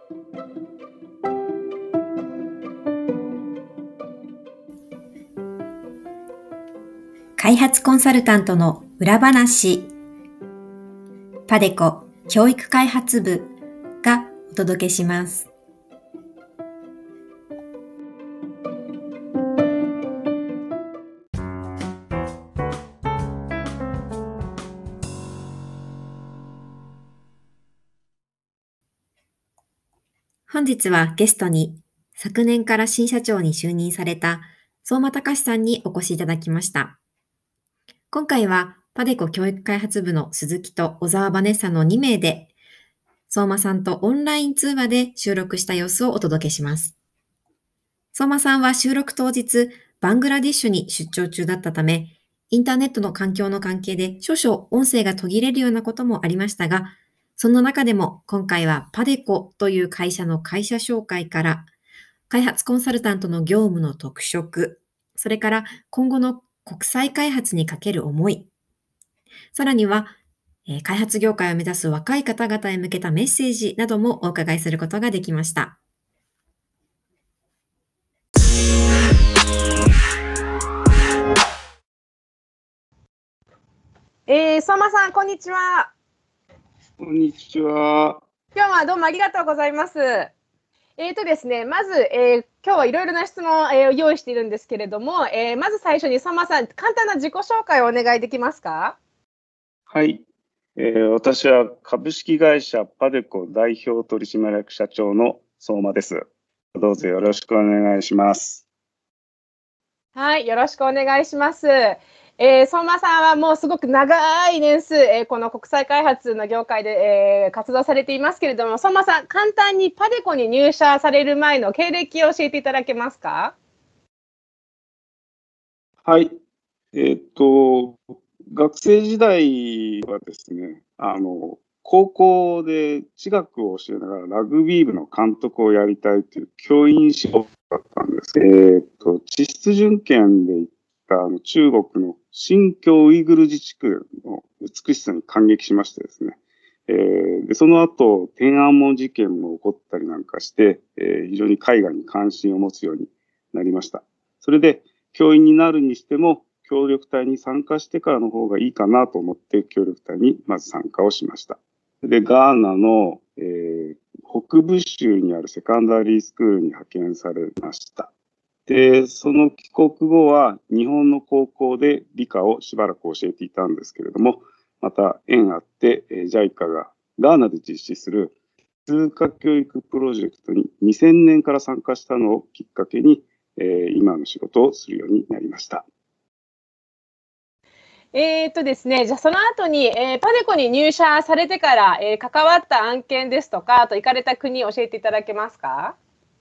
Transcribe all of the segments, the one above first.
開発コンサルタントの裏話、パデコ教育開発部がお届けします。本日はゲストに昨年から新社長に就任された相馬隆さんにお越しいただきました。今回はパデコ教育開発部の鈴木と小沢バネッサの2名で相馬さんとオンライン通話で収録した様子をお届けします。相馬さんは収録当日、バングラディッシュに出張中だったため、インターネットの環境の関係で少々音声が途切れるようなこともありましたが、その中でも今回はパデコという会社の会社紹介から、開発コンサルタントの業務の特色、それから今後の国際開発にかける思い、さらには、開発業界を目指す若い方々へ向けたメッセージなどもお伺いすることができました。 相馬さん、こんにちは。 こんにちは。 今日はどうもありがとうございます。ですね、まず、今日はいろいろな質問を、用意しているんですけれども、まず最初に相馬さん、簡単な自己紹介をお願いできますか？ はい。私は株式会社パデコ代表取締役社長の相馬です。どうぞよろしくお願いします。 はい、よろしくお願いします。相馬さんはもうすごく長い年数、この国際開発の業界で、活動されていますけれども、相馬さん、簡単にパデコに入社される前の経歴を教えていただけますか？ はい。学生時代はですね、高校で地学を教えながらラグビー部の監督をやりたいという教員志望だったんです。地質巡検で行った中国の新疆ウイグル自治区の美しさに感激しましてですね、でその後、天安門事件も起こったりなんかして、非常に絵画に関心を持つようになりました。それで、教員になるにしても、協力隊に参加してからの方がいいかなと思って、協力隊にまず参加をしました。で、ガーナの、北部州にあるセカンダリースクールに派遣されました。で、その帰国後は日本の高校で理科をしばらく教えていたんですけれども、また縁あって、JICA がガーナで実施する通貨教育プロジェクトに2000年から参加したのをきっかけに、今の仕事をするようになりました。 ですね、じゃあその後に、パデコに入社されてから、関わった案件ですとか、あと行かれた国教えていただけますか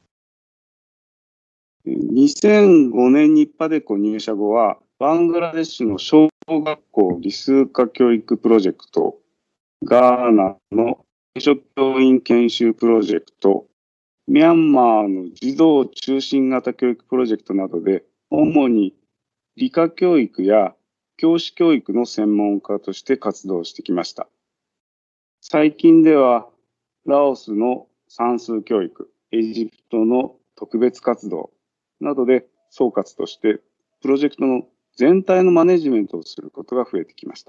？2005年にパデコ入社後は、バングラデシュの小学校理数科教育プロジェクト、ガーナの転職教員研修プロジェクト、ミャンマーの児童中心型教育プロジェクトなどで、主に理科教育や教師教育の専門家として活動してきました。最近では、ラオスの算数教育、エジプトの特別活動などで総括として、プロジェクトの全体のマネジメントをすることが増えてきました。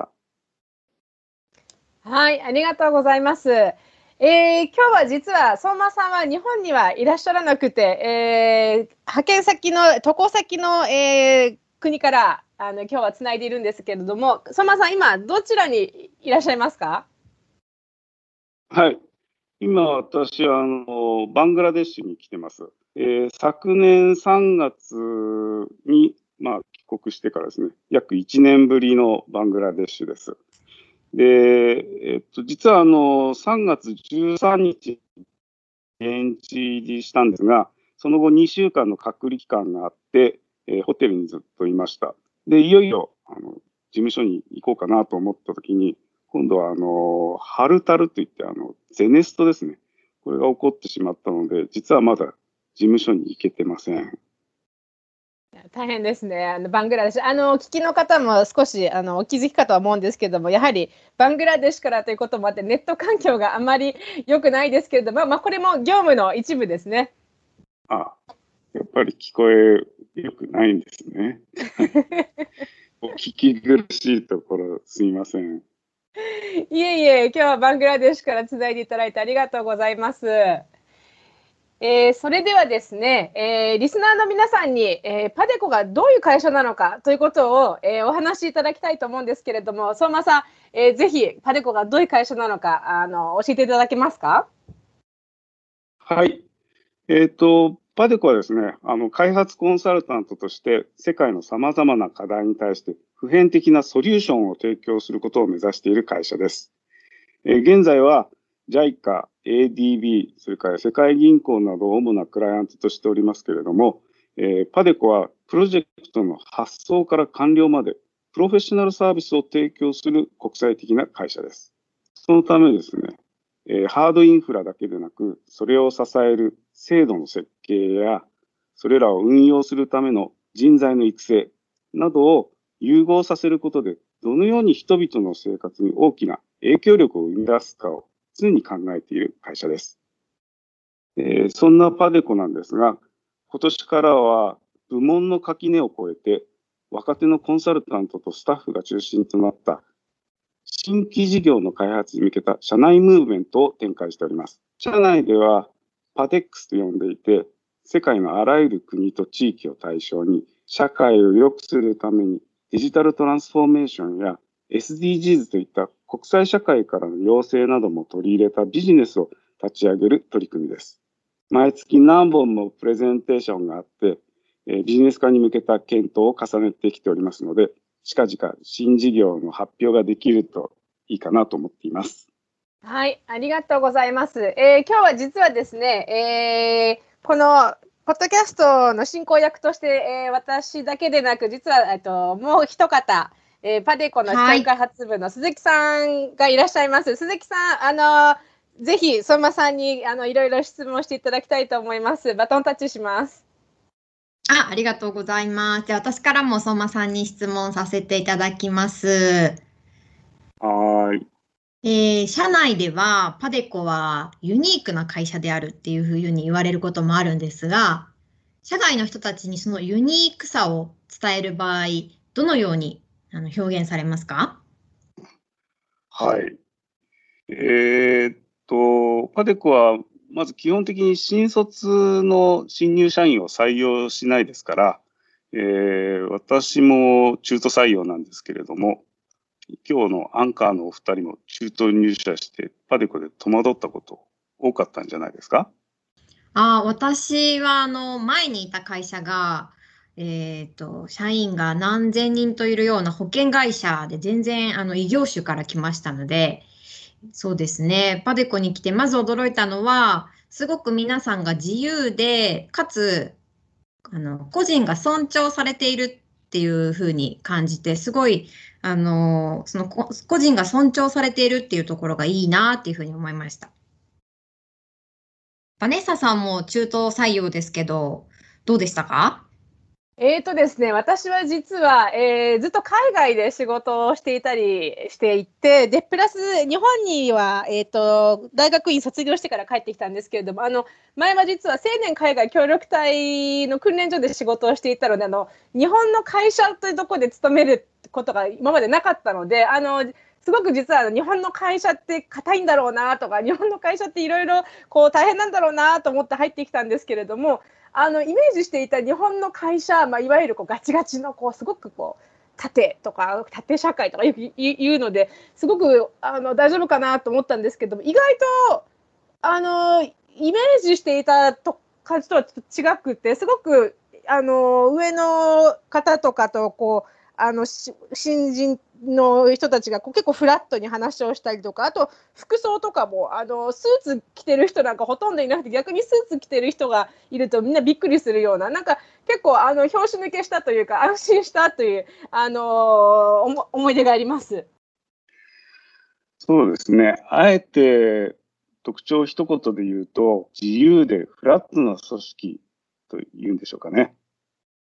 はい、ありがとうございます。今日は実は相馬さんは日本にはいらっしゃらなくて、派遣先の渡航先の、国から今日はつないでいるんですけれども、相馬さん今どちらにいらっしゃいますか？ はい、今私はバングラデシュに来てます。昨年3月に、帰国してからですね、約1年ぶりのバングラデシュです。で、実は3月13日に現地入りしたんですが、その後2週間の隔離期間があって、ホテルにずっといました。で、いよいよ事務所に行こうかなと思ったときに、今度はハルタルといってゼネストですね。これが起こってしまったので、実はまだ事務所に行けてません。 大変ですね。バングラデシュ。聞きの方も少しお気づきかとは思うんですけども、やはりバングラデシュからということもあって、ネット環境があまり良くないですけれども、これも業務の一部ですね。 あ、やっぱり聞こえ良くないんですね。お聞き苦しいところ、すみません。 いえいえ、今日はバングラデシュからつないでいただいてありがとうございます。それではですね、リスナーの皆さんに、パデコがどういう会社なのかということを、お話しいただきたいと思うんですけれども、相馬さん、ぜひパデコがどういう会社なのか教えていただけますか？ はい。パデコはですね、開発コンサルタントとして世界の様々な課題に対して普遍的なソリューションを提供することを目指している会社です。現在は JICA、ADB、それから世界銀行などを主なクライアントとしておりますけれども、パデコはプロジェクトの発想から完了までプロフェッショナルサービスを提供する国際的な会社です。そのためですね、ハードインフラだけでなく、それを支える制度の設計や、それらを運用するための人材の育成などを融合させることで、どのように人々の生活に大きな影響力を生み出すかを常に考えている会社です。そんなパデコなんですが、今年からは部門の垣根を越えて、若手のコンサルタントとスタッフが中心となった新規事業の開発に向けた社内ムーブメントを展開しております。社内ではパテックスと呼んでいて、世界のあらゆる国と地域を対象に、社会を良くするためにデジタルトランスフォーメーションや SDGs といった国際社会からの要請なども取り入れたビジネスを立ち上げる取り組みです。毎月何本もプレゼンテーションがあって、ビジネス化に向けた検討を重ねてきておりますので、近々新事業の発表ができるといいかなと思っています。 はい、ありがとうございます。今日は実はですね、このポッドキャストの進行役として、私だけでなく、実はもう一方、パデコの機械開発部の鈴木さんがいらっしゃいます。鈴木さん、ぜひ相馬さんにいろいろ質問していただきたいと思います。バトンタッチします。 ありがとうございます。じゃあ私からも相馬さんに質問させていただきます。社内ではパデコはユニークな会社であるっていうふうに言われることもあるんですが、社外の人たちにそのユニークさを伝える場合、どのように表現されますか？ はい。パデコはまず基本的に新卒の新入社員を採用しないですから、私も中途採用なんですけれども、今日のアンカーのお二人も中途入社してパデコで戸惑ったこと多かったんじゃないですか？ 私は前にいた会社が、社員が何千人といるような保険会社で全然異業種から来ましたので、そうですね。パデコに来てまず驚いたのは、すごく皆さんが自由で、かつ、個人が尊重されているっていうふうに感じて、すごい、その個人が尊重されているっていうところがいいなっていうふうに思いました。バネッサさんも中途採用ですけど、どうでしたか？ ですね、私は実は、ずっと海外で仕事をしていたりしていて、で、プラス日本には、大学院卒業してから帰ってきたんですけれども、前は実は青年海外協力隊の訓練所で仕事をしていたので、日本の会社というところで勤めることが今までなかったので、すごく実は日本の会社って硬いんだろうなとか、日本の会社っていろいろこう大変なんだろうなと思って入ってきたんですけれども、イメージしていた日本の会社、いわゆるガチガチのすごく縦とか縦社会とか言うのですごく大丈夫かなと思ったんですけども、意外とイメージしていた感じとはちょっと違くて、すごく上の方とかと新人の人たちが結構フラットに話をしたりとか、あと服装とかもスーツ着てる人なんかほとんどいなくて、逆にスーツ着てる人がいるとみんなびっくりするような、なんか結構拍子抜けしたというか安心したという、思い出があります。 そうですね。あえて特徴を一言で言うと、自由でフラットな組織というんでしょうかね。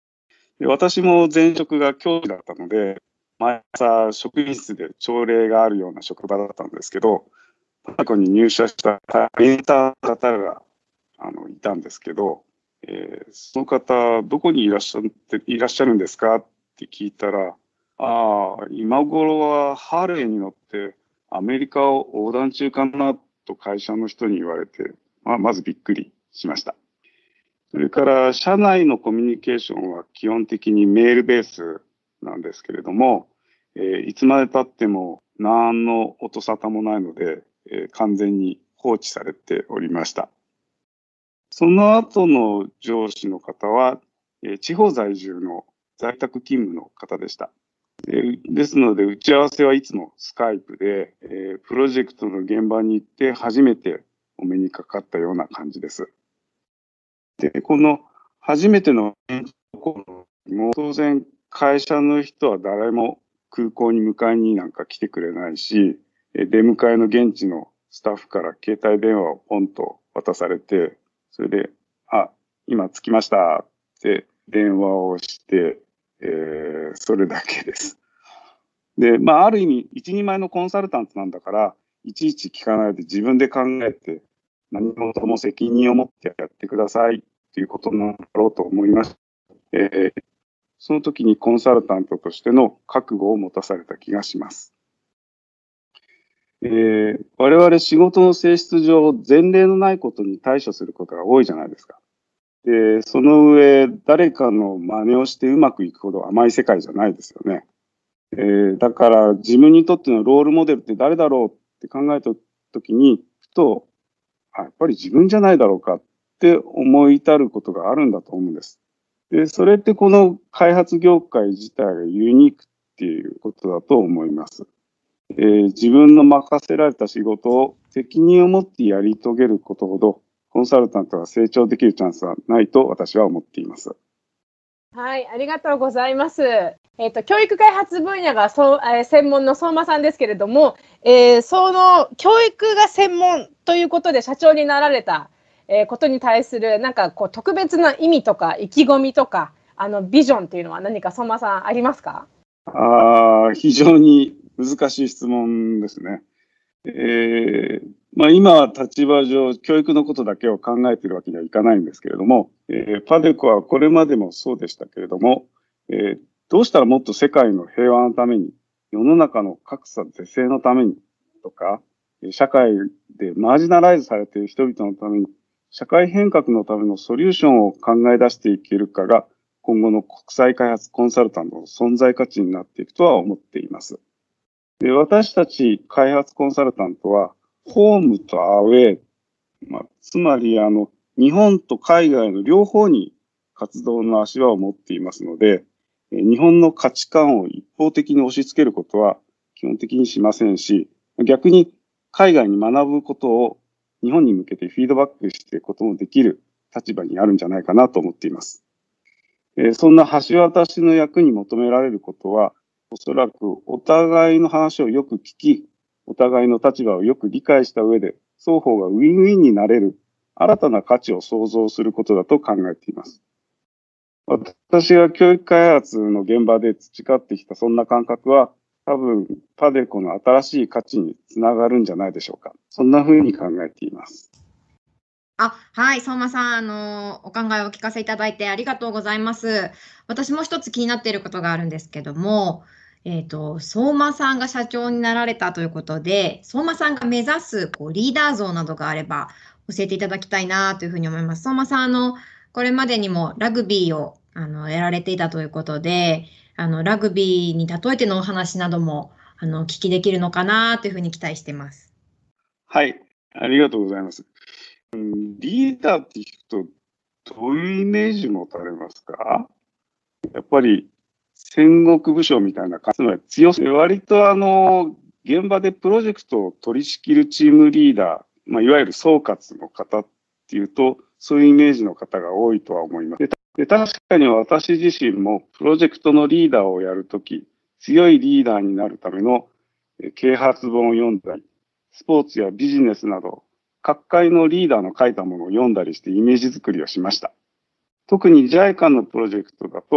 で、私も前職が教師だったので、毎朝職員室で朝礼があるような職場だったんですけど、パコに入社したメンターの方がいたんですけど、その方、どこにいらっしゃるんですかって聞いたら、今頃はハーレーに乗ってアメリカを横断中かなと会社の人に言われて、まずびっくりしました。それから社内のコミュニケーションは基本的にメールベースなんですけれども、いつまで経っても何の音沙汰もないので、完全に放置されておりました。その後の上司の方は、地方在住の在宅勤務の方でした。ですので、打ち合わせはいつもスカイプで、プロジェクトの現場に行って初めてお目にかかったような感じです。で、この初めてのも当然会社の人は誰も空港に迎えになんか来てくれないし、出迎えの現地のスタッフから携帯電話をポンと渡されて、それで、今着きましたって電話をして、それだけです。で、ある意味、一人前のコンサルタントなんだから、いちいち聞かないで自分で考えて、何事も責任を持ってやってくださいっていうことなんだろうと思いました。その時にコンサルタントとしての覚悟を持たされた気がします。我々仕事の性質上、前例のないことに対処することが多いじゃないですか。で、その上、誰かの真似をしてうまくいくほど甘い世界じゃないですよね。だから自分にとってのロールモデルって誰だろうって考えた時に、ふと、やっぱり自分じゃないだろうかって思い至ることがあるんだと思うんです。で、それってこの開発業界自体がユニークっていうことだと思います。自分の任せられた仕事を責任を持ってやり遂げることほど、コンサルタントが成長できるチャンスはないと私は思っています。 はい、ありがとうございます。教育開発分野が専門の相馬さんですけれども、その教育が専門ということで社長になられた、ことに対するなんかこう特別な意味とか意気込みとかビジョンっていうのは何か相馬さんありますか？ 非常に難しい質問ですね。今は立場上、教育のことだけを考えているわけにはいかないんですけれども、パデコはこれまでもそうでしたけれども、どうしたらもっと世界の平和のために、世の中の格差是正のためにとか、社会でマージナライズされている人々のために、社会変革のためのソリューションを考え出していけるかが、今後の国際開発コンサルタントの存在価値になっていくとは思っています。で、私たち開発コンサルタントは、ホームとアウェイ、つまり日本と海外の両方に活動の足場を持っていますので、日本の価値観を一方的に押し付けることは基本的にしませんし、逆に海外に学ぶことを日本に向けてフィードバックしていくこともできる立場にあるんじゃないかなと思っています。そんな橋渡しの役に求められることは、おそらくお互いの話をよく聞き、お互いの立場をよく理解した上で、双方がウィンウィンになれる新たな価値を創造することだと考えています。私が教育開発の現場で培ってきたそんな感覚は、多分パデコの新しい価値につながるんじゃないでしょうか。そんな風に考えています。 はい、相馬さん、お考えをお聞かせいただいてありがとうございます。私も一つ気になっていることがあるんですけども、相馬さんが社長になられたということで、相馬さんが目指すリーダー像などがあれば教えていただきたいなというふうに思います。相馬さん、これまでにもラグビーをやられていたということで、ラグビーに例えてのお話などもお聞きできるのかなというふうに期待しています。 はい、ありがとうございます。リーダーって聞くと、どういうイメージ持たれますか？やっぱり戦国武将みたいな感じ、つまり強さ。割と現場でプロジェクトを取り仕切るチームリーダー、いわゆる総括の方っていうと、そういうイメージの方が多いとは思います。で、確かに私自身もプロジェクトのリーダーをやるとき、強いリーダーになるための啓発本を読んだり、スポーツやビジネスなど、各界のリーダーの書いたものを読んだりしてイメージ作りをしました。特に JICA のプロジェクトだと、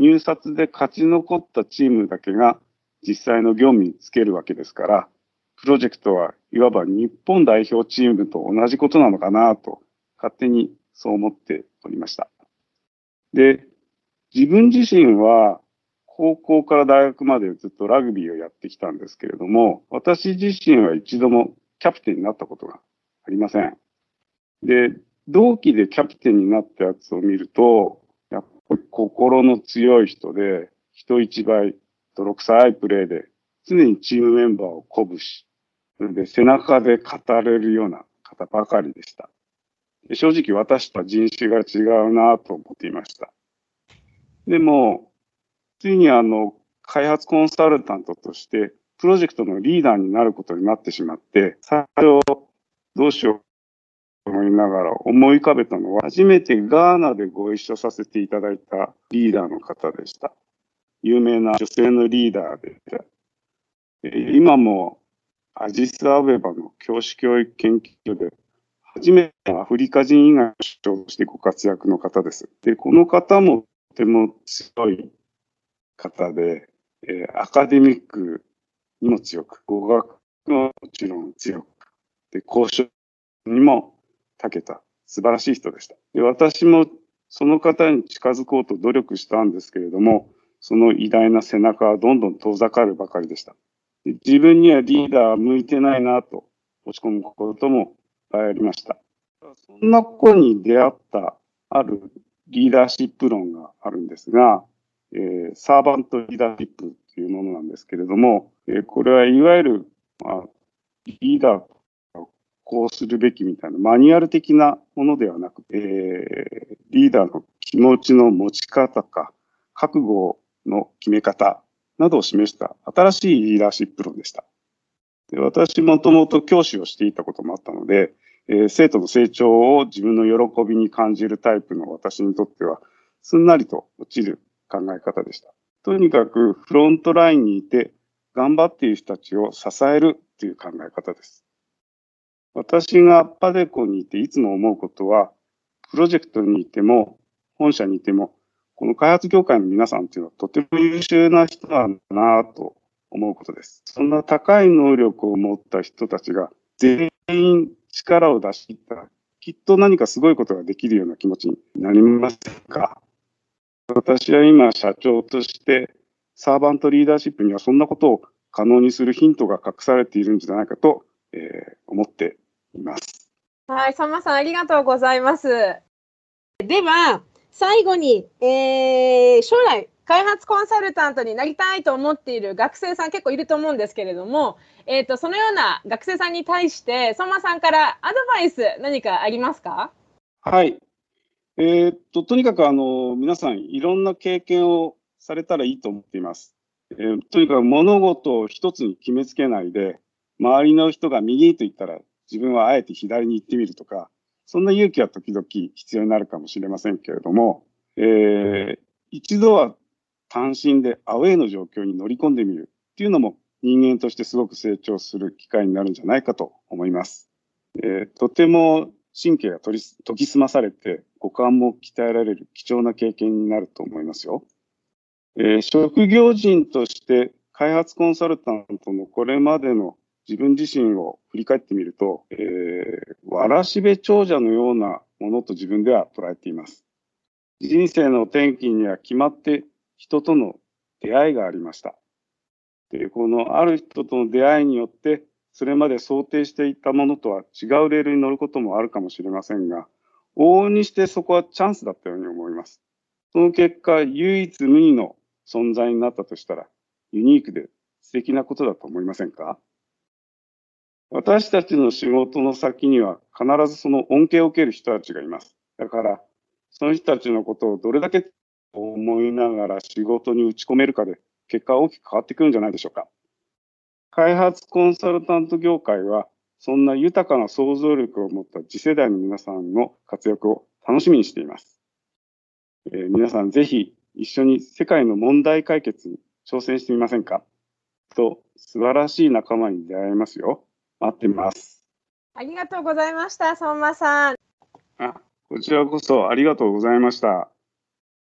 入札で勝ち残ったチームだけが実際の業務に就けるわけですから、プロジェクトはいわば日本代表チームと同じことなのかなと、勝手にそう思っておりました。で、自分自身は高校から大学までずっとラグビーをやってきたんですけれども、私自身は一度もキャプテンになったことがありません。で、同期でキャプテンになったやつを見ると、やっぱり心の強い人で、人一倍泥臭いプレーで、常にチームメンバーを鼓舞し、それで背中で語れるような方ばかりでした。で、正直私とは人種が違うなと思っていました。でも、ついに開発コンサルタントとして、プロジェクトのリーダーになることになってしまって、最初、どうしようと思いながら思い浮かべたのは、初めてガーナでご一緒させていただいたリーダーの方でした。有名な女性のリーダーで、今もアジスアベバの教師教育研究所で、初めてアフリカ人以外の主張としてご活躍の方です。で、この方もとても強い方で、アカデミックにも強く、語学ももちろん強く、で、交渉にも長けた素晴らしい人でした。で、私もその方に近づこうと努力したんですけれども、その偉大な背中はどんどん遠ざかるばかりでした。で、自分にはリーダーは向いてないなと落ち込むこともいっぱいありました。そんな子に出会ったあるリーダーシップ論があるんですが、サーバントリーダーシップというものなんですけれども、これはいわゆる、リーダーがこうするべきみたいなマニュアル的なものではなくて、リーダーの気持ちの持ち方か、覚悟の決め方などを示した新しいリーダーシップ論でした。で、私もともと教師をしていたこともあったので、生徒の成長を自分の喜びに感じるタイプの私にとっては、すんなりと落ちる考え方でした。とにかくフロントラインにいて頑張っている人たちを支えるという考え方です。私がパデコにいていつも思うことは、プロジェクトにいても、本社にいても、この開発業界の皆さんというのはとても優秀な人なんだなと思うことです。そんな高い能力を持った人たちが全員力を出し切ったら、きっと何かすごいことができるような気持ちになりませんか？私は今社長としてサーバントリーダーシップにはそんなことを可能にするヒントが隠されているんじゃないかと、思っています。 はい、相馬さんありがとうございます。では最後に、将来開発コンサルタントになりたいと思っている学生さん結構いると思うんですけれども、そのような学生さんに対して相馬さんからアドバイス何かありますか？ はい。とにかく皆さんいろんな経験をされたらいいと思っています。とにかく物事を一つに決めつけないで、周りの人が右と言ったら自分はあえて左に行ってみるとか、そんな勇気は時々必要になるかもしれませんけれども、一度は単身でアウェイの状況に乗り込んでみるっていうのも人間としてすごく成長する機会になるんじゃないかと思います。とても神経が研ぎ澄まされて五感も鍛えられる貴重な経験になると思いますよ。職業人として開発コンサルタントのこれまでの自分自身を振り返ってみると、わらしべ長者のようなものと自分では捉えています。人生の転機には決まって人との出会いがありました。で、このある人との出会いによって、それまで想定していたものとは違うレールに乗ることもあるかもしれませんが、往々にしてそこはチャンスだったように思います。その結果、唯一無二の存在になったとしたら、ユニークで素敵なことだと思いませんか？私たちの仕事の先には必ずその恩恵を受ける人たちがいます。だから、その人たちのことをどれだけ思いながら仕事に打ち込めるかで、結果は大きく変わってくるんじゃないでしょうか。開発コンサルタント業界は、そんな豊かな想像力を持った次世代の皆さんの活躍を楽しみにしています。皆さんぜひ一緒に世界の問題解決に挑戦してみませんか？と素晴らしい仲間に出会えますよ。待ってます。 ありがとうございました、相馬さん。 こちらこそありがとうございました。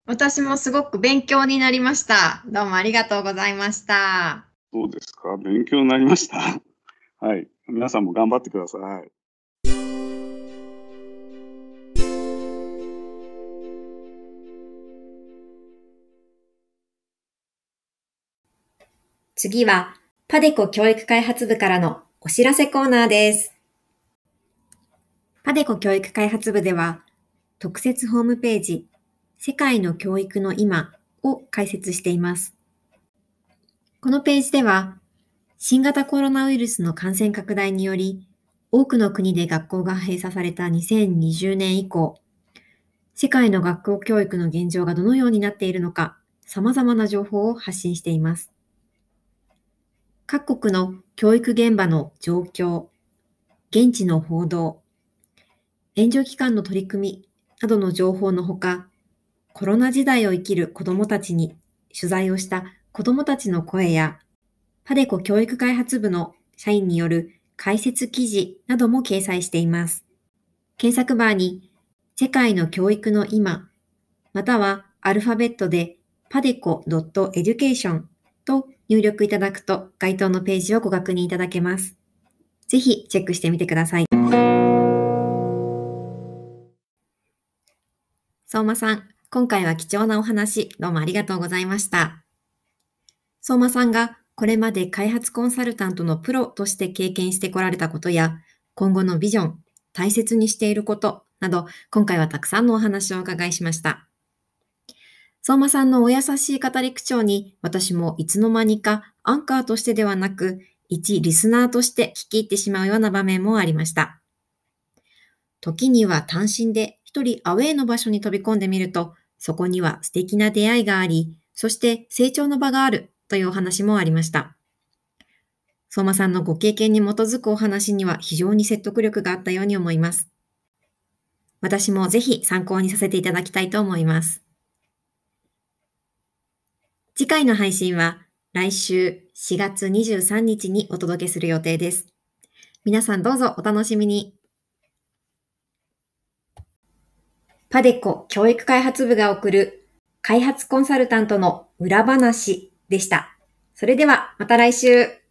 私もすごく勉強になりました。どうもありがとうございました。 どうですか？勉強になりました。はい。皆さんも頑張ってください。 次は、パデコ教育開発部からのお知らせコーナーです。パデコ教育開発部では、特設ホームページ、世界の教育の今を開設しています。このページでは、新型コロナウイルスの感染拡大により、多くの国で学校が閉鎖された2020年以降、世界の学校教育の現状がどのようになっているのか、様々な情報を発信しています。各国の教育現場の状況、現地の報道、援助機関の取り組みなどの情報のほか、コロナ時代を生きる子どもたちに取材をした子どもたちの声や、パデコ教育開発部の社員による解説記事なども掲載しています。検索バーに、世界の教育の今、またはアルファベットで padeco.education と入力いただくと該当のページをご確認いただけます。ぜひチェックしてみてください。相馬さん、今回は貴重なお話、どうもありがとうございました。相馬さんがこれまで開発コンサルタントのプロとして経験してこられたことや、今後のビジョン、大切にしていることなど、今回はたくさんのお話をお伺いしました。相馬さんのお優しい語り口調に、私もいつの間にかアンカーとしてではなく、一リスナーとして聞き入ってしまうような場面もありました。時には単身で一人アウェイの場所に飛び込んでみると、そこには素敵な出会いがあり、そして成長の場があるというお話もありました。相馬さんのご経験に基づくお話には非常に説得力があったように思います。私もぜひ参考にさせていただきたいと思います。次回の配信は来週4月23日にお届けする予定です。皆さんどうぞお楽しみに。パデコ教育開発部が送る開発コンサルタントの裏話でした。それではまた来週。